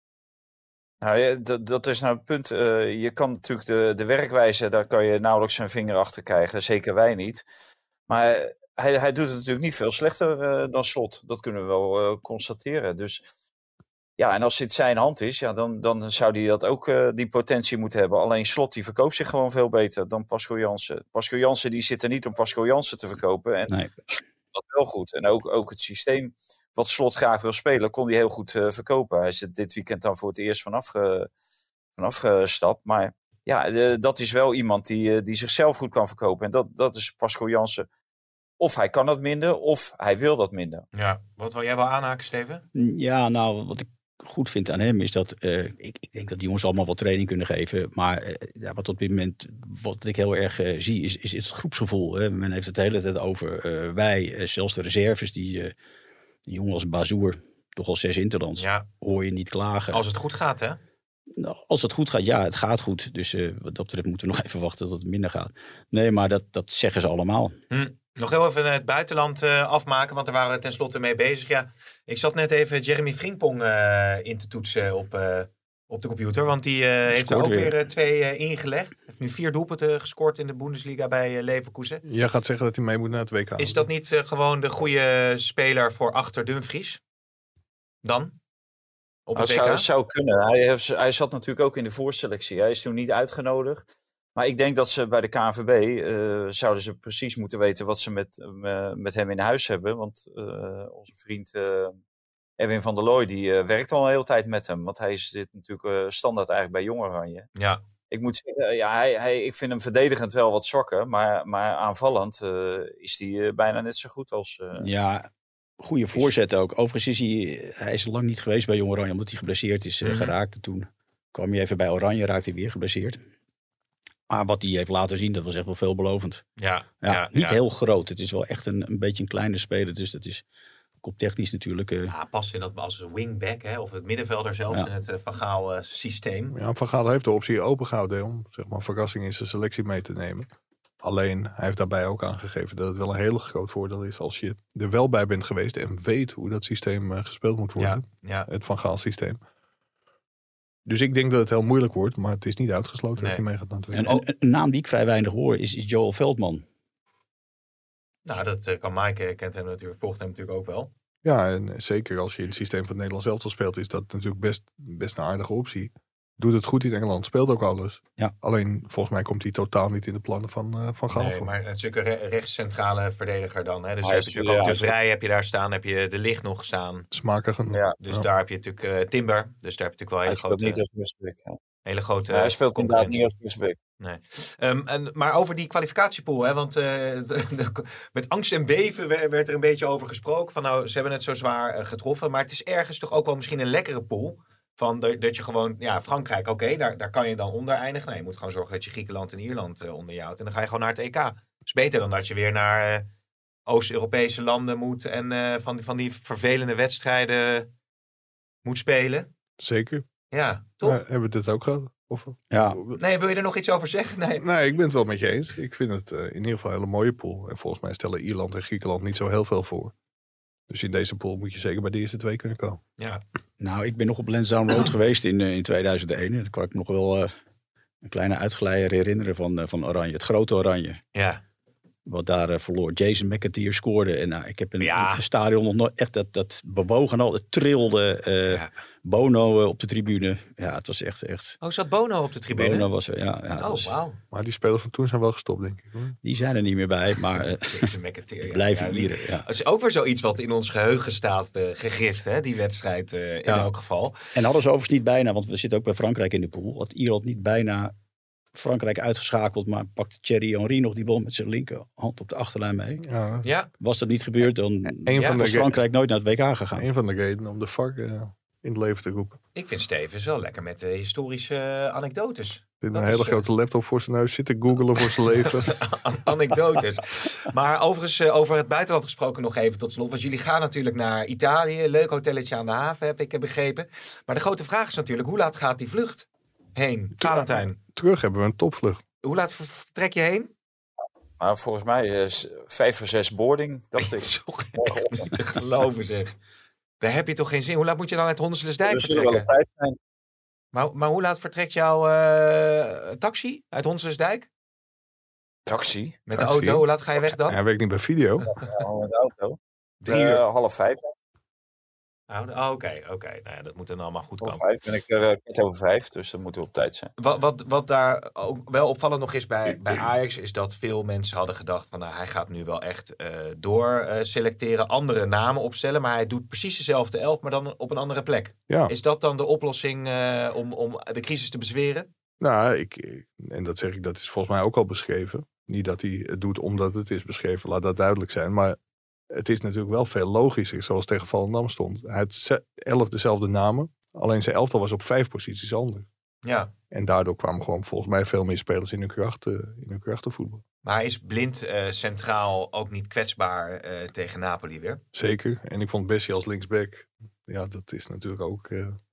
Nou, dat is nou het punt. Je kan natuurlijk de werkwijze, daar kan je nauwelijks een vinger achter krijgen. Zeker wij niet. Maar hij doet het natuurlijk niet veel slechter dan Slot. Dat kunnen we wel constateren. Dus ja, en als dit zijn hand is, dan zou hij dat ook die potentie moeten hebben. Alleen Slot die verkoopt zich gewoon veel beter dan Pascal Jansen. Pascal Jansen die zit er niet om Pascal Jansen te verkopen. En Slot dat wel goed. En ook het systeem wat Slot graag wil spelen, kon hij heel goed verkopen. Hij is dit weekend dan voor het eerst vanaf gestapt. Maar ja, dat is wel iemand die zichzelf goed kan verkopen. En dat is Pascal Jansen. Of hij kan dat minder, of hij wil dat minder. Ja, wat wil jij wel aanhaken, Steven? Ja, nou, wat ik goed vind aan hem is dat ik denk dat die jongens allemaal wat training kunnen geven. Maar wat op dit moment, wat ik heel erg zie, is het groepsgevoel. Hè. Men heeft het de hele tijd over wij, zelfs de reserves, die jongen als Bazoer, toch al 6 interlands, hoor je niet klagen. Als het goed gaat, hè? Nou, als het goed gaat, ja, het gaat goed. Dus wat dat betreft moeten we nog even wachten tot het minder gaat. Nee, maar dat zeggen ze allemaal. Nog heel even het buitenland afmaken, want daar waren we tenslotte mee bezig. Ja, ik zat net even Jeremy Frimpong in te toetsen op de computer, want die heeft er ook weer 2 ingelegd. Heeft Nu 4 doelpunten gescoord in de Bundesliga bij Leverkusen. Jij gaat zeggen dat hij mee moet naar het WK. Is dat niet gewoon de goede speler voor achter Dumfries? Dan? Op het WK? Zou kunnen. Hij zat natuurlijk ook in de voorselectie. Hij is toen niet uitgenodigd. Maar ik denk dat ze bij de KNVB zouden ze precies moeten weten wat ze met hem in huis hebben. Want onze vriend Erwin van der Looy, die werkt al een hele tijd met hem. Want hij zit natuurlijk standaard eigenlijk bij Jong Oranje. Ja. Ik moet zeggen, ik vind hem verdedigend wel wat zwakker. Maar aanvallend is hij bijna net zo goed als... Ja, goede voorzet ook. Overigens is hij is lang niet geweest bij Jong Oranje, omdat hij geblesseerd is geraakt. En toen kwam hij even bij Oranje, raakte hij weer geblesseerd. Maar wat hij heeft laten zien, dat was echt wel veelbelovend. Ja, niet heel groot. Het is wel echt een beetje een kleine speler. Dus dat is koptechnisch natuurlijk... past in dat als wingback, hè, of het middenvelder zelfs in het Van Gaal systeem. Ja, Van Gaal heeft de optie opengehouden om zeg maar, verrassing in zijn selectie mee te nemen. Alleen, hij heeft daarbij ook aangegeven dat het wel een heel groot voordeel is als je er wel bij bent geweest en weet hoe dat systeem gespeeld moet worden. Ja. Het Van Gaal systeem. Dus ik denk dat het heel moeilijk wordt, maar het is niet uitgesloten dat hij mee gaat naar het WK. Een naam die ik vrij weinig hoor is Joel Veldman. Nou, dat kan Mike, volgt hem natuurlijk ook wel. Ja, en zeker als je in het systeem van het Nederlands elftal speelt, is dat natuurlijk best een aardige optie. Doet het goed in Engeland, speelt ook alles. Ja. Alleen, volgens mij komt hij totaal niet in de plannen van Gaal. Nee, maar natuurlijk een rechtscentrale verdediger dan. Hè? Dus je hebt natuurlijk ook De Vrij heb je daar staan, heb je De Ligt nog staan. Smakigen. Ja. Dus daar heb je natuurlijk Timber. Dus daar heb je natuurlijk wel Hij speelt niet als rechtsback. hele grote Hij speelt inderdaad niet als rechtsback. Nee. Maar over die kwalificatiepool, hè, want met angst en beven werd er een beetje over gesproken. Van nou, ze hebben het zo zwaar getroffen. Maar het is ergens toch ook wel misschien een lekkere pool. Van dat je gewoon, Frankrijk, oké, daar kan je dan onder eindigen. Nou, je moet gewoon zorgen dat je Griekenland en Ierland onder je houdt. En dan ga je gewoon naar het EK. Dat is beter dan dat je weer naar Oost-Europese landen moet. En van die vervelende wedstrijden moet spelen. Zeker. Ja, toch? Hebben we dit ook gehad? Ja. Nee, wil je er nog iets over zeggen? Nee, ik ben het wel met je eens. Ik vind het in ieder geval een hele mooie pool. En volgens mij stellen Ierland en Griekenland niet zo heel veel voor. Dus in deze pool moet je zeker bij de eerste 2 kunnen komen. Ja. Nou, ik ben nog op Lansdowne Road geweest in 2001. Daar kan ik me nog wel een kleine uitgeleider herinneren van Oranje. Het grote Oranje. Ja. Wat daar verloor. Jason McAteer scoorde. En ik heb een stadion nog nooit echt dat bewogen al. Het trilde. Bono op de tribune. Ja, het was echt... Oh, zat Bono op de tribune? Bono was er, ja. Wauw. Maar die spelers van toen zijn wel gestopt, denk ik. Hoor. Die zijn er niet meer bij, maar Jason McAteer, blijven hier. Ja. Dat is ook weer zoiets wat in ons geheugen staat gegrift, hè? Die wedstrijd in elk geval. En hadden ze overigens niet bijna, want we zitten ook bij Frankrijk in de pool. Had Ierland niet bijna Frankrijk uitgeschakeld, maar pakte Thierry Henry nog die bal met zijn linkerhand op de achterlijn mee. Ja. Was dat niet gebeurd, dan was Frankrijk nooit naar het WK gegaan. Een van de redenen om de VAR in het leven te roepen. Ik vind Stevens wel lekker met historische anekdotes. Dit een hele grote laptop voor zijn neus zitten googelen voor zijn leven. Anekdotes. Maar overigens, over het buitenland gesproken nog even tot slot. Want jullie gaan natuurlijk naar Italië. Leuk hotelletje aan de haven, heb ik begrepen. Maar de grote vraag is natuurlijk, hoe laat gaat die vlucht heen? Valentijn. Terug hebben we een topvlucht. Hoe laat vertrek je heen? Maar volgens mij is 5 voor 6 boarding, dacht ik. Toch niet te geloven, zeg. Daar heb je toch geen zin. Hoe laat moet je dan uit Honselersdijk zullen vertrekken? wel op tijd zijn. Maar hoe laat vertrekt jouw taxi uit Honselersdijk? Taxi? Met de auto? Hoe laat ga je weg dan? Hij werkt niet bij video. Met de auto. 3 uur. 4:30. Oké. Nou ja, dat moet dan allemaal goed komen. 5 ben ik er 4:45, dus dan moeten we op tijd zijn. Wat daar ook wel opvallend nog is bij Ajax, is dat veel mensen hadden gedacht van hij gaat nu wel echt selecteren, andere namen opstellen, maar hij doet precies dezelfde elf, maar dan op een andere plek. Ja. Is dat dan de oplossing om de crisis te bezweren? Nou, en dat zeg ik, dat is volgens mij ook al beschreven. Niet dat hij het doet omdat het is beschreven, laat dat duidelijk zijn, maar het is natuurlijk wel veel logischer, zoals tegen Volendam stond. Hij had 11 dezelfde namen, alleen zijn elftal was op 5 posities anders. Ja. En daardoor kwamen gewoon volgens mij veel meer spelers in hun krachtenvoetbal. Maar is Blind centraal ook niet kwetsbaar tegen Napoli weer? Zeker. En ik vond Bessie als linksback, ja, dat is natuurlijk ook...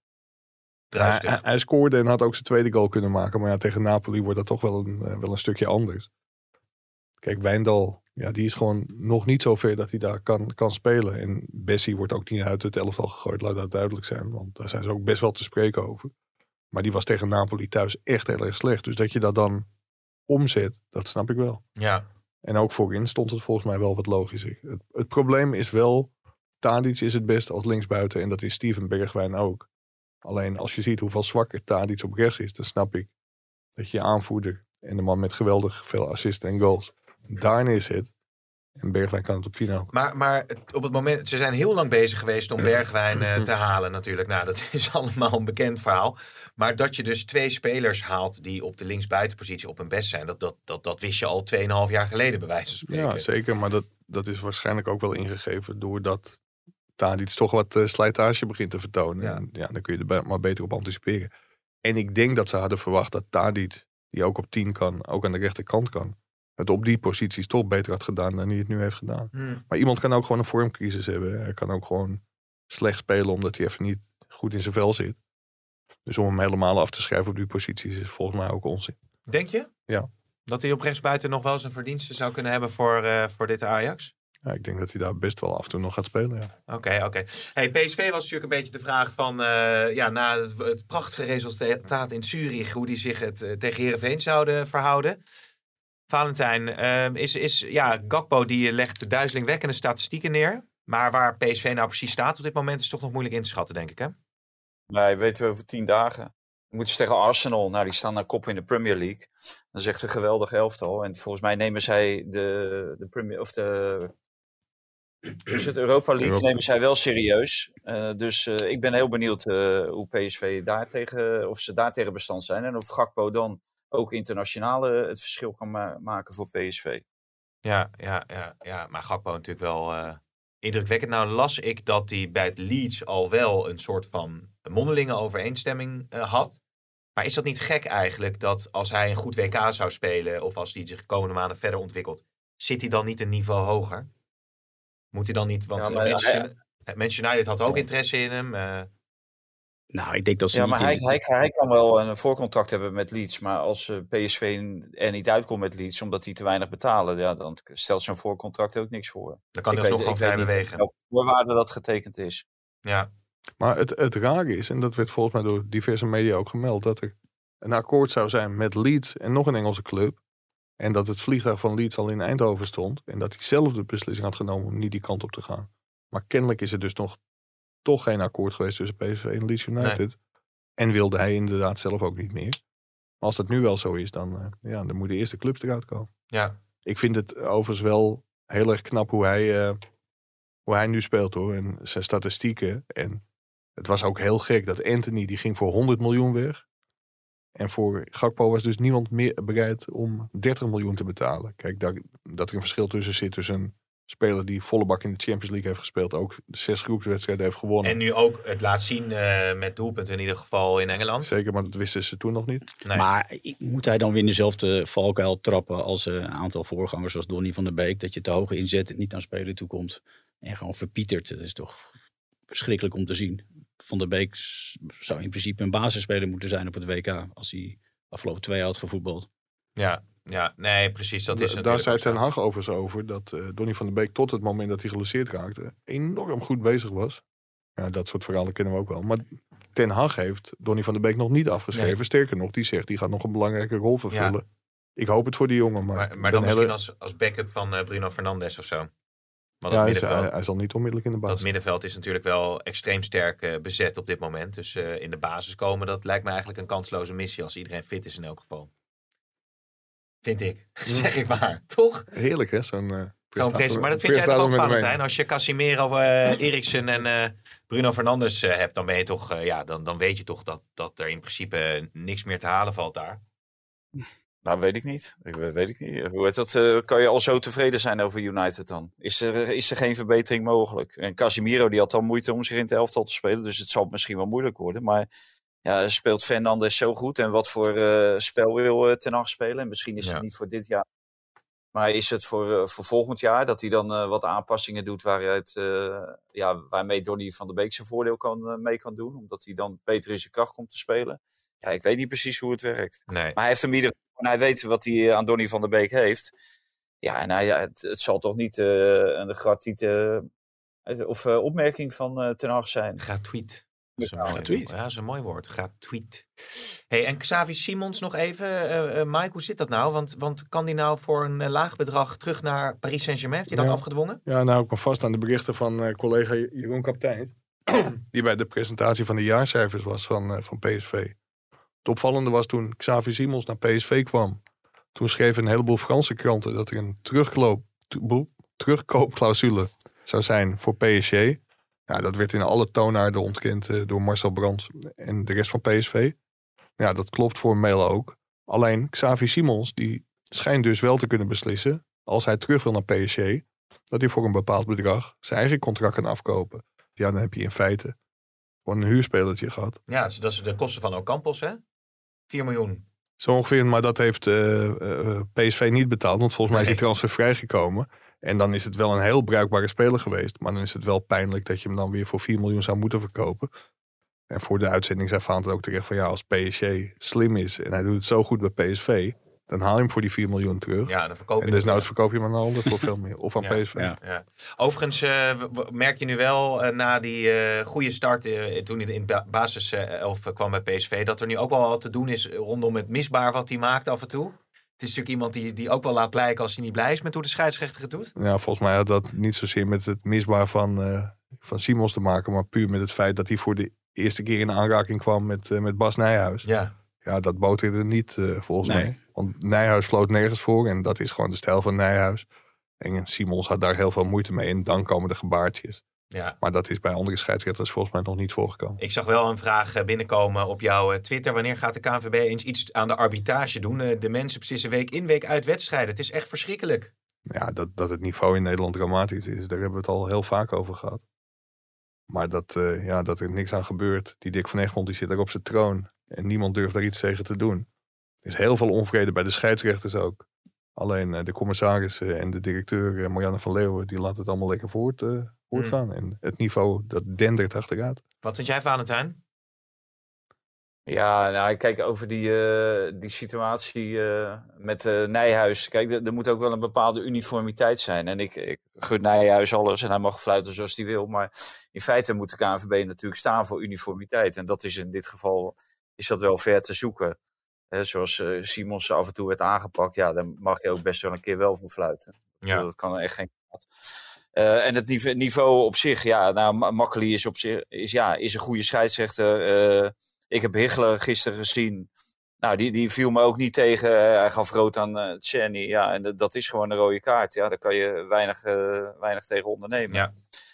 Hij scoorde en had ook zijn tweede goal kunnen maken. Maar ja, tegen Napoli wordt dat toch wel een stukje anders. Kijk, Wijndal, ja, die is gewoon nog niet zo ver dat hij daar kan spelen. En Bessie wordt ook niet uit het elftal gegooid, laat dat duidelijk zijn. Want daar zijn ze ook best wel te spreken over. Maar die was tegen Napoli thuis echt heel erg slecht. Dus dat je dat dan omzet, dat snap ik wel. Ja. En ook voorin stond het volgens mij wel wat logischer. Het probleem is wel, Tadic is het best als linksbuiten en dat is Steven Bergwijn ook. Alleen als je ziet hoeveel zwakker Tadic op rechts is, dan snap ik dat je aanvoerder en de man met geweldig veel assists en goals daar neerzet. En Bergwijn kan het op 10 ook. Maar op het moment, ze zijn heel lang bezig geweest om Bergwijn te halen natuurlijk. Nou, dat is allemaal een bekend verhaal. Maar dat je dus 2 spelers haalt die op de linksbuitenpositie op hun best zijn, dat wist je al 2,5 jaar geleden bij wijze van spreken. Ja, zeker. Maar dat is waarschijnlijk ook wel ingegeven doordat Tadic toch wat slijtage begint te vertonen. Ja. En dan kun je er maar beter op anticiperen. En ik denk dat ze hadden verwacht dat Tadic, die ook op 10 kan, ook aan de rechterkant kan, het op die posities toch beter had gedaan dan hij het nu heeft gedaan. Maar iemand kan ook gewoon een vormcrisis hebben. Hij kan ook gewoon slecht spelen omdat hij even niet goed in zijn vel zit. Dus om hem helemaal af te schrijven op die posities is volgens mij ook onzin. Denk je? Ja. Dat hij op rechtsbuiten nog wel zijn verdiensten zou kunnen hebben voor dit Ajax? Ja, ik denk dat hij daar best wel af en toe nog gaat spelen. Ja. Oké. Hey, PSV was natuurlijk een beetje de vraag van na het prachtige resultaat in Zurich, hoe die zich tegen Heerenveen zouden verhouden. Valentijn, Gakpo die legt duizelingwekkende statistieken neer. Maar waar PSV nou precies staat op dit moment is toch nog moeilijk in te schatten, denk ik, hè? Nee, weten we over 10 dagen. Dan moeten ze tegen Arsenal. Nou, die staan naar kop in de Premier League. Dat is echt een geweldig elftal. En volgens mij nemen zij de Premier of het Europa League nemen zij wel serieus. Dus ik ben heel benieuwd hoe PSV of ze daar tegen bestand zijn. En of Gakpo dan ook internationaal het verschil kan maken voor PSV. Ja. Maar Gakpo natuurlijk wel indrukwekkend. Nou las ik dat hij bij het Leeds al wel een soort van mondelinge overeenstemming had. Maar is dat niet gek eigenlijk dat als hij een goed WK zou spelen of als hij zich de komende maanden verder ontwikkelt, zit hij dan niet een niveau hoger? Moet hij dan niet, want Manchester United had ook interesse in hem. Nou, ik denk dat ze ja, niet maar hij kan wel een voorcontract hebben met Leeds. Maar als PSV er niet uitkomt met Leeds, omdat die te weinig betalen, ja, dan stelt zo'n voorcontract ook niks voor. Dan kan hij alsnog gewoon vrij bewegen. Welke voorwaarde dat getekend is. Ja. Maar het rare is, en dat werd volgens mij door diverse media ook gemeld, dat er een akkoord zou zijn met Leeds en nog een Engelse club. En dat het vliegtuig van Leeds al in Eindhoven stond. En dat hij zelf de beslissing had genomen om niet die kant op te gaan. Maar kennelijk is er dus toch geen akkoord geweest tussen PSV en Leeds United. Nee. En wilde hij inderdaad zelf ook niet meer. Als dat nu wel zo is, dan moeten de eerste clubs eruit komen. Ja. Ik vind het overigens wel heel erg knap hoe hij nu speelt, hoor. En zijn statistieken. En het was ook heel gek dat Anthony, die ging voor 100 miljoen weg. En voor Gakpo was dus niemand meer bereid om 30 miljoen te betalen. Kijk, dat er een verschil tussen zit tussen een speler die volle bak in de Champions League heeft gespeeld, ook 6 groepswedstrijden heeft gewonnen. En nu ook het laat zien met doelpunten in ieder geval in Engeland. Zeker, maar dat wisten ze toen nog niet. Nee. Maar moet hij dan weer in dezelfde valkuil trappen als een aantal voorgangers zoals Donny van der Beek, dat je te hoge inzet niet aan spelen toekomt en gewoon verpietert? Dat is toch verschrikkelijk om te zien. Van der Beek zou in principe een basisspeler moeten zijn op het WK als hij afgelopen 2 jaar had gevoetbald. Ja, nee, precies. Dat is daar zei Ten Hag over dat Donny van der Beek tot het moment dat hij geblesseerd raakte enorm goed bezig was. Ja, dat soort verhalen kennen we ook wel. Maar Ten Hag heeft Donny van der Beek nog niet afgeschreven. Nee. Sterker nog, die zegt die gaat nog een belangrijke rol vervullen. Ja. Ik hoop het voor die jongen. Maar dan misschien als backup van Bruno Fernandes of zo. Maar hij zal niet onmiddellijk in de basis. Dat middenveld is natuurlijk wel extreem sterk bezet op dit moment. Dus in de basis komen, dat lijkt me eigenlijk een kansloze missie als iedereen fit is in elk geval. Vind ik. Zeg ik maar. Toch? Heerlijk hè, zo'n prestatie. Maar dat vind jij toch ook, Valentijn? Als je Casemiro, Eriksen en Bruno Fernandes hebt, dan ben je toch, dan weet je toch dat er in principe niks meer te halen valt daar. Nou, weet ik niet. Hoe heet dat? Kan je al zo tevreden zijn over United dan? Is er geen verbetering mogelijk? En Casemiro die had al moeite om zich in het elftal te spelen, dus het zal misschien wel moeilijk worden. Maar ja, speelt Fernandes zo goed en wat voor spel wil Ten Hag spelen? En misschien is het niet voor dit jaar. Maar is het voor volgend jaar dat hij dan wat aanpassingen doet waarmee Donny van der Beek zijn voordeel mee kan doen? Omdat hij dan beter in zijn kracht komt te spelen. Ja, ik weet niet precies hoe het werkt. Nee. Maar hij heeft hem hij weet wat hij aan Donny van der Beek heeft. Ja, en het zal toch niet een gratuite of opmerking van Ten Hag zijn. Gratuit. Getweet. Ja, dat is een mooi woord. Getweet. Hey, en Xavi Simons nog even. Mike, hoe zit dat nou? Want kan die nou voor een laag bedrag terug naar Paris Saint-Germain? Heeft hij dat afgedwongen? Ja, nou ik me vast aan de berichten van collega Jeroen Kaptein. Die bij de presentatie van de jaarcijfers was van PSV. Het opvallende was toen Xavi Simons naar PSV kwam. Toen schreven een heleboel Franse kranten dat er een terugkoopclausule zou zijn voor PSG. Ja, dat werd in alle toonaarden ontkend door Marcel Brands en de rest van PSV. Ja, dat klopt voor een mail ook. Alleen Xavi Simons die schijnt dus wel te kunnen beslissen, als hij terug wil naar PSG, dat hij voor een bepaald bedrag zijn eigen contract kan afkopen. Ja, dan heb je in feite gewoon een huurspelertje gehad. Ja, dat is de kosten van Ocampos, hè? 4 miljoen. Zo ongeveer, maar dat heeft PSV niet betaald, want volgens mij is hij transfervrij gekomen. En dan is het wel een heel bruikbare speler geweest. Maar dan is het wel pijnlijk dat je hem dan weer voor 4 miljoen zou moeten verkopen. En voor de uitzending zei Vaant ook terecht van ja, als PSG slim is en hij doet het zo goed bij PSV, dan haal je hem voor die 4 miljoen terug. Ja, dan verkoop je en dus nou verkoop je hem aan de ander voor veel meer. Of aan PSV. Ja. Overigens merk je nu wel na die goede start toen hij in de basiself kwam bij PSV, dat er nu ook wel wat te doen is rondom het misbaar wat hij maakt af en toe. Het is natuurlijk iemand die ook wel laat blijken als hij niet blij is met hoe de scheidsrechter het doet. Ja, volgens mij had dat niet zozeer met het misbaar van Simons te maken, maar puur met het feit dat hij voor de eerste keer in aanraking kwam met Bas Nijhuis. Ja, dat boterde niet volgens mij. Want Nijhuis floot nergens voor en dat is gewoon de stijl van Nijhuis. En Simons had daar heel veel moeite mee en dan komen de gebaartjes. Ja. Maar dat is bij andere scheidsrechters volgens mij nog niet voorgekomen. Ik zag wel een vraag binnenkomen op jouw Twitter. Wanneer gaat de KNVB eens iets aan de arbitrage doen? De mensen beslissen week in, week uit wedstrijden. Het is echt verschrikkelijk. Ja, dat het niveau in Nederland dramatisch is. Daar hebben we het al heel vaak over gehad. Maar dat er niks aan gebeurt. Die Dick van Egmond die zit daar op zijn troon. En niemand durft daar iets tegen te doen. Er is heel veel onvrede bij de scheidsrechters ook. Alleen de commissarissen en de directeur Marianne van Leeuwen, die laten het allemaal lekker voortgaan. En het niveau, dat dendert achteruit. Wat vind jij, Valentijn? Ja, nou, kijk, over die situatie met Nijhuis. Kijk, er moet ook wel een bepaalde uniformiteit zijn. En ik gun Nijhuis alles en hij mag fluiten zoals hij wil. Maar in feite moet de KNVB natuurlijk staan voor uniformiteit. En dat is in dit geval is dat wel ver te zoeken. Zoals Simons af en toe werd aangepakt. Ja, daar mag je ook best wel een keer wel voor fluiten. Ja. Dat kan echt geen kwaad. En het niveau op zich, ja, nou, Makkely is op zich is een goede scheidsrechter. Ik heb Hichler gisteren gezien. Nou, die viel me ook niet tegen. Hij gaf rood aan Tjerni. Ja, en dat is gewoon een rode kaart. Ja, daar kan je weinig tegen ondernemen. Ja.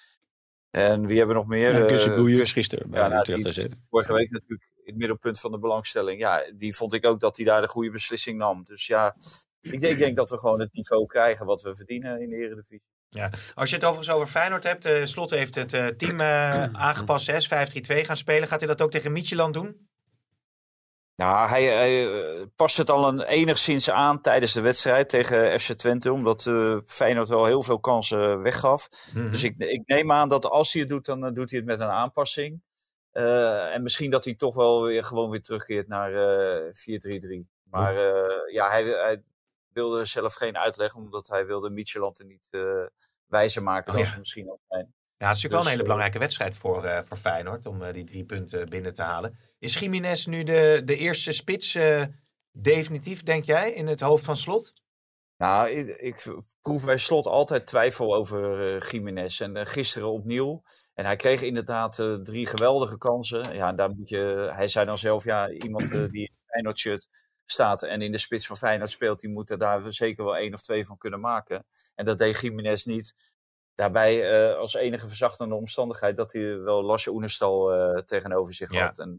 En wie hebben we nog meer? Gus gisteren bij Utrecht. Vorige week natuurlijk in het middelpunt van de belangstelling. Ja, die vond ik ook dat hij daar de goede beslissing nam. Dus ja, ik denk dat we gewoon het niveau krijgen wat we verdienen in de Eredivisie. Ja. Als je het overigens over Feyenoord hebt, Slot heeft het team aangepast, 5-3-2 gaan spelen. Gaat hij dat ook tegen Midtjylland doen? Nou, hij past het al enigszins aan tijdens de wedstrijd tegen FC Twente, omdat Feyenoord wel heel veel kansen weggaf. Mm-hmm. Dus ik neem aan dat als hij het doet, dan doet hij het met een aanpassing. En misschien dat hij toch wel gewoon weer terugkeert naar 4-3-3. Maar hij wilde zelf geen uitleg, omdat hij wilde Midtjylland er niet wijzer maken dan ze misschien al zijn. Ja, het is natuurlijk wel een hele belangrijke wedstrijd voor Feyenoord om die 3 punten binnen te halen. Is Gimenez nu de eerste spits definitief, denk jij, in het hoofd van Slot? Nou, ik proef bij Slot altijd twijfel over Gimenez. En gisteren opnieuw. En hij kreeg inderdaad 3 geweldige kansen. Ja, daar hij zei dan zelf, iemand die in Feyenoord shirt staat en in de spits van Feyenoord speelt, die moet er daar zeker wel 1 of 2 van kunnen maken. En dat deed Gimenez niet. Daarbij als enige verzachtende omstandigheid dat hij wel Lasse Oenerstal tegenover zich had. En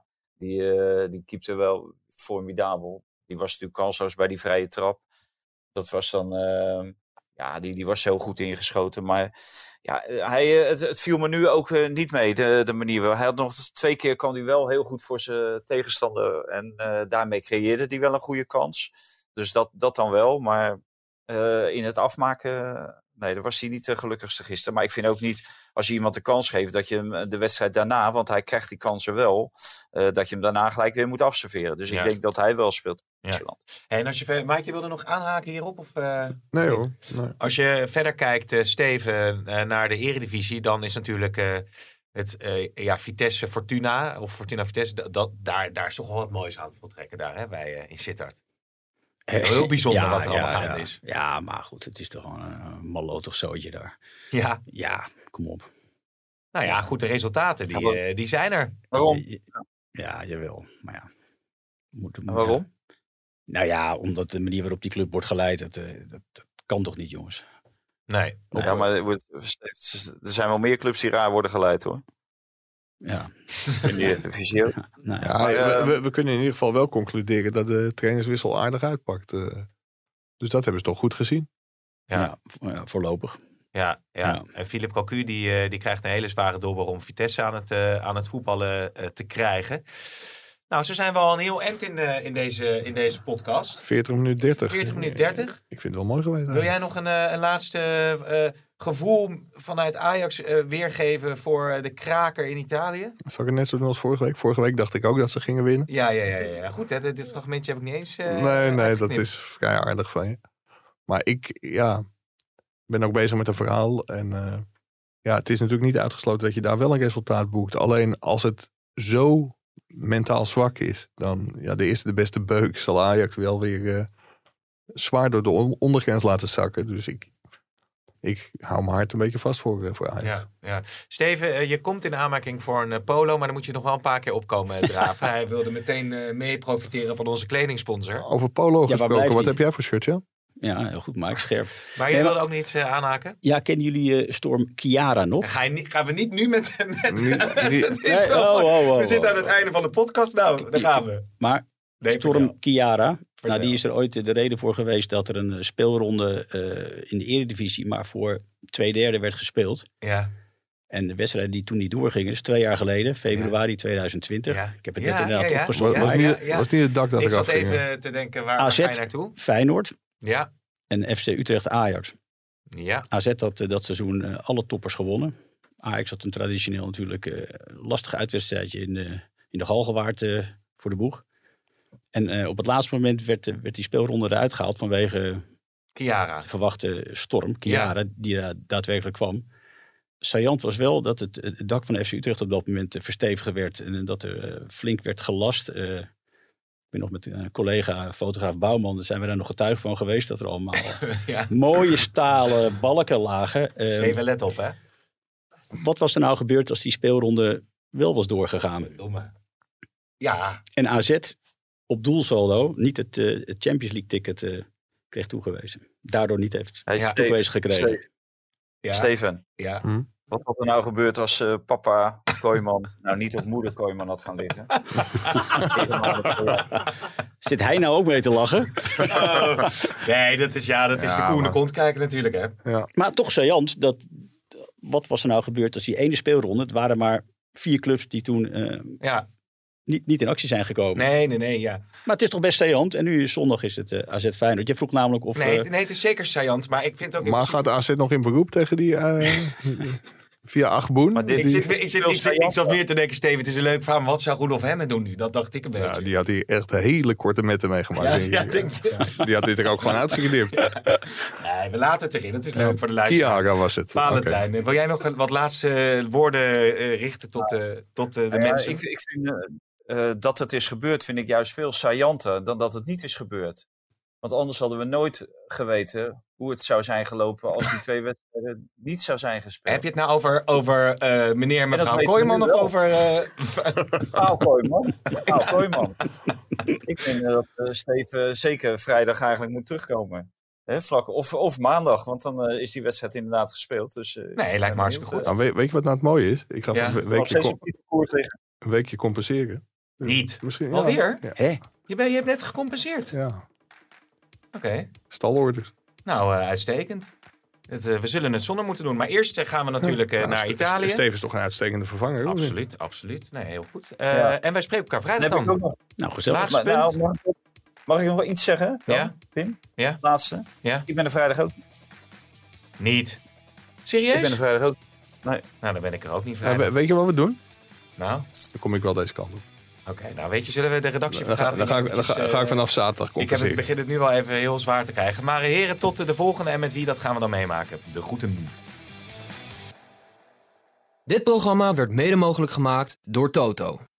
die keepte wel formidabel. Die was natuurlijk kansloos bij die vrije trap. Dat was dan... die was heel goed ingeschoten. Maar ja, het viel me nu ook niet mee, de manier. Hij had nog 2 keer kwam hij wel heel goed voor zijn tegenstander. En daarmee creëerde hij wel een goede kans. Dus dat dan wel. Maar in het afmaken... Nee, daar was hij niet de gelukkigste gisteren. Maar ik vind ook niet, als je iemand de kans geeft, dat je hem de wedstrijd daarna, want hij krijgt die kansen wel, dat je hem daarna gelijk weer moet afserveren. Dus ik denk dat hij wel speelt in Nederland. En als je Mike, je wilde nog aanhaken hierop? Of, nee hoor. Nee. Als je verder kijkt, Steven, naar de Eredivisie, dan is natuurlijk Vitesse Fortuna of Fortuna Vitesse, daar is toch wel wat moois aan te voltrekken daar hè, in Sittard. Heel bijzonder wat er allemaal gaande is. Ja, maar goed, het is toch gewoon een mallotig zootje daar. Ja, kom op. Nou ja, goed, de resultaten die zijn er. Waarom? Ja, jawel. Maar ja. Waarom? Nou ja, omdat de manier waarop die club wordt geleid, dat kan toch niet, jongens? Nee. Ja, maar er zijn wel meer clubs die raar worden geleid, hoor. Ja. In de Eredivisie ook. We kunnen in ieder geval wel concluderen dat de trainerswissel aardig uitpakt. Dus dat hebben ze toch goed gezien. Ja, voorlopig. Ja. En Philippe Cocu die krijgt een hele zware dobber om Vitesse aan het voetballen te krijgen. Nou, zo zijn we al een heel eind in deze podcast. 40 minuten 30. 40 minuten 30. Ik vind het wel mooi geweest. Wil jij nog een laatste gevoel vanuit Ajax weergeven voor de kraker in Italië? Zal ik het net zo doen als vorige week? Vorige week dacht ik ook dat ze gingen winnen. Ja. Goed, hè? Dit fragmentje heb ik niet eens Nee, dat is vrij aardig van je. Maar ik ben ook bezig met een verhaal. En het is natuurlijk niet uitgesloten dat je daar wel een resultaat boekt. Alleen als het zo mentaal zwak is, dan de eerste de beste beuk zal Ajax wel weer zwaar door de ondergrens laten zakken. Dus ik hou mijn hart een beetje vast voor Ajax. Ja. Steven, je komt in aanmerking voor een polo, maar dan moet je nog wel een paar keer opkomen draven. Hij wilde meteen mee profiteren van onze kledingsponsor. Over polo gesproken, wat heb jij voor shirt, Jan? Ja, heel goed, Mike. Scherp. Maar jij wilde ook niet aanhaken? Ja, kennen jullie Storm Chiara nog? Gaan we niet nu met We zitten aan het einde van de podcast. Nou, daar gaan we. Maar Storm Chiara, die is er ooit de reden voor geweest dat er een speelronde in de Eredivisie maar voor 2/3 werd gespeeld. Ja. En de wedstrijden die toen niet doorgingen, dus 2 jaar geleden, februari 2020. Ja. Ik heb het net inderdaad opgezocht. Was niet het dak dat ik zat ging. even te denken, waar ga je naartoe? Feyenoord. Ja. En FC Utrecht Ajax. Ja. AZ had dat seizoen alle toppers gewonnen. Ajax had een traditioneel natuurlijk lastig uitwedstrijdje in de Galgenwaard voor de boeg. En op het laatste moment werd die speelronde eruit gehaald vanwege Chiara. de verwachte storm. Chiara, die daadwerkelijk kwam. Saillant was wel dat het dak van FC Utrecht op dat moment versteviger werd. En dat er flink werd gelast. Ik ben nog met een collega, fotograaf Bouwman, zijn we daar nog getuige van geweest. Dat er allemaal mooie stalen balken lagen. Steven, let op, hè. Wat was er nou gebeurd als die speelronde wel was doorgegaan? Ja. En AZ op doelsolo niet het Champions League ticket kreeg toegewezen. Daardoor niet heeft toegewezen gekregen. Steven, Wat had er nou gebeurd als papa Kooijman nou niet op moeder Kooijman had gaan liggen? Zit hij nou ook mee te lachen? Nee, dat is de koe in de kont kijken natuurlijk, hè. Ja. Maar toch saillant, wat was er nou gebeurd als die ene speelronde, het waren maar 4 clubs die toen niet in actie zijn gekomen. Nee, ja. Maar het is toch best saillant. En nu zondag is het AZ Feyenoord. Je vroeg namelijk of... Nee, het is zeker saillant, maar ik vind ook... Maar gaat de AZ nog in beroep tegen die... via Achboen? Ik zat meer te denken, Steven, het is een leuk verhaal, maar wat zou Roelof Hemmen doen nu? Dat dacht ik een beetje. Ja, die had hier echt hele korte metten meegemaakt. Die had dit er ook gewoon uitgeknipt. Nee, we laten het erin. Het is leuk voor de luisteraar. Chiara was het. Valentijn, wil jij nog wat laatste woorden richten tot de mensen? Ik vind dat het is gebeurd, vind ik juist veel saillanter dan dat het niet is gebeurd. Want anders hadden we nooit geweten hoe het zou zijn gelopen als die 2 wedstrijden niet zou zijn gespeeld. Heb je het nou over meneer en mevrouw Kooijman of over... Mevrouw Kooijman. Ik vind dat Steven zeker vrijdag eigenlijk moet terugkomen. Vlak of maandag, want dan is die wedstrijd inderdaad gespeeld. Dus, nee, lijkt me hartstikke goed. Nou, weet je wat nou het mooie is? Ik ga een weekje compenseren. Niet? Misschien, alweer? Ja. Hè? Je hebt net gecompenseerd? Ja. Oké. Stalorders. Nou, uitstekend. We zullen het zonder moeten doen. Maar eerst gaan we natuurlijk naar Italië. Steven is toch een uitstekende vervanger? Absoluut. Nee, heel goed. En wij spreken elkaar vrijdag dan. Nou, gezellig. Mag ik nog wel iets zeggen? Dan, ja. Pim? Ja. Laatste. Ja. Ik ben er vrijdag ook. Niet. Serieus? Ik ben er vrijdag ook. Nee. Nou, dan ben ik er ook niet vrijdag. Weet je wat we doen? Nou? Dan kom ik wel deze kant op. Oké, nou weet je, zullen we de redactievergadering... Dan ga ik vanaf zaterdag compenseren. Ik begin het nu wel even heel zwaar te krijgen. Maar heren, tot de volgende. En met wie, dat gaan we dan meemaken. De groeten. Dit programma werd mede mogelijk gemaakt door Toto.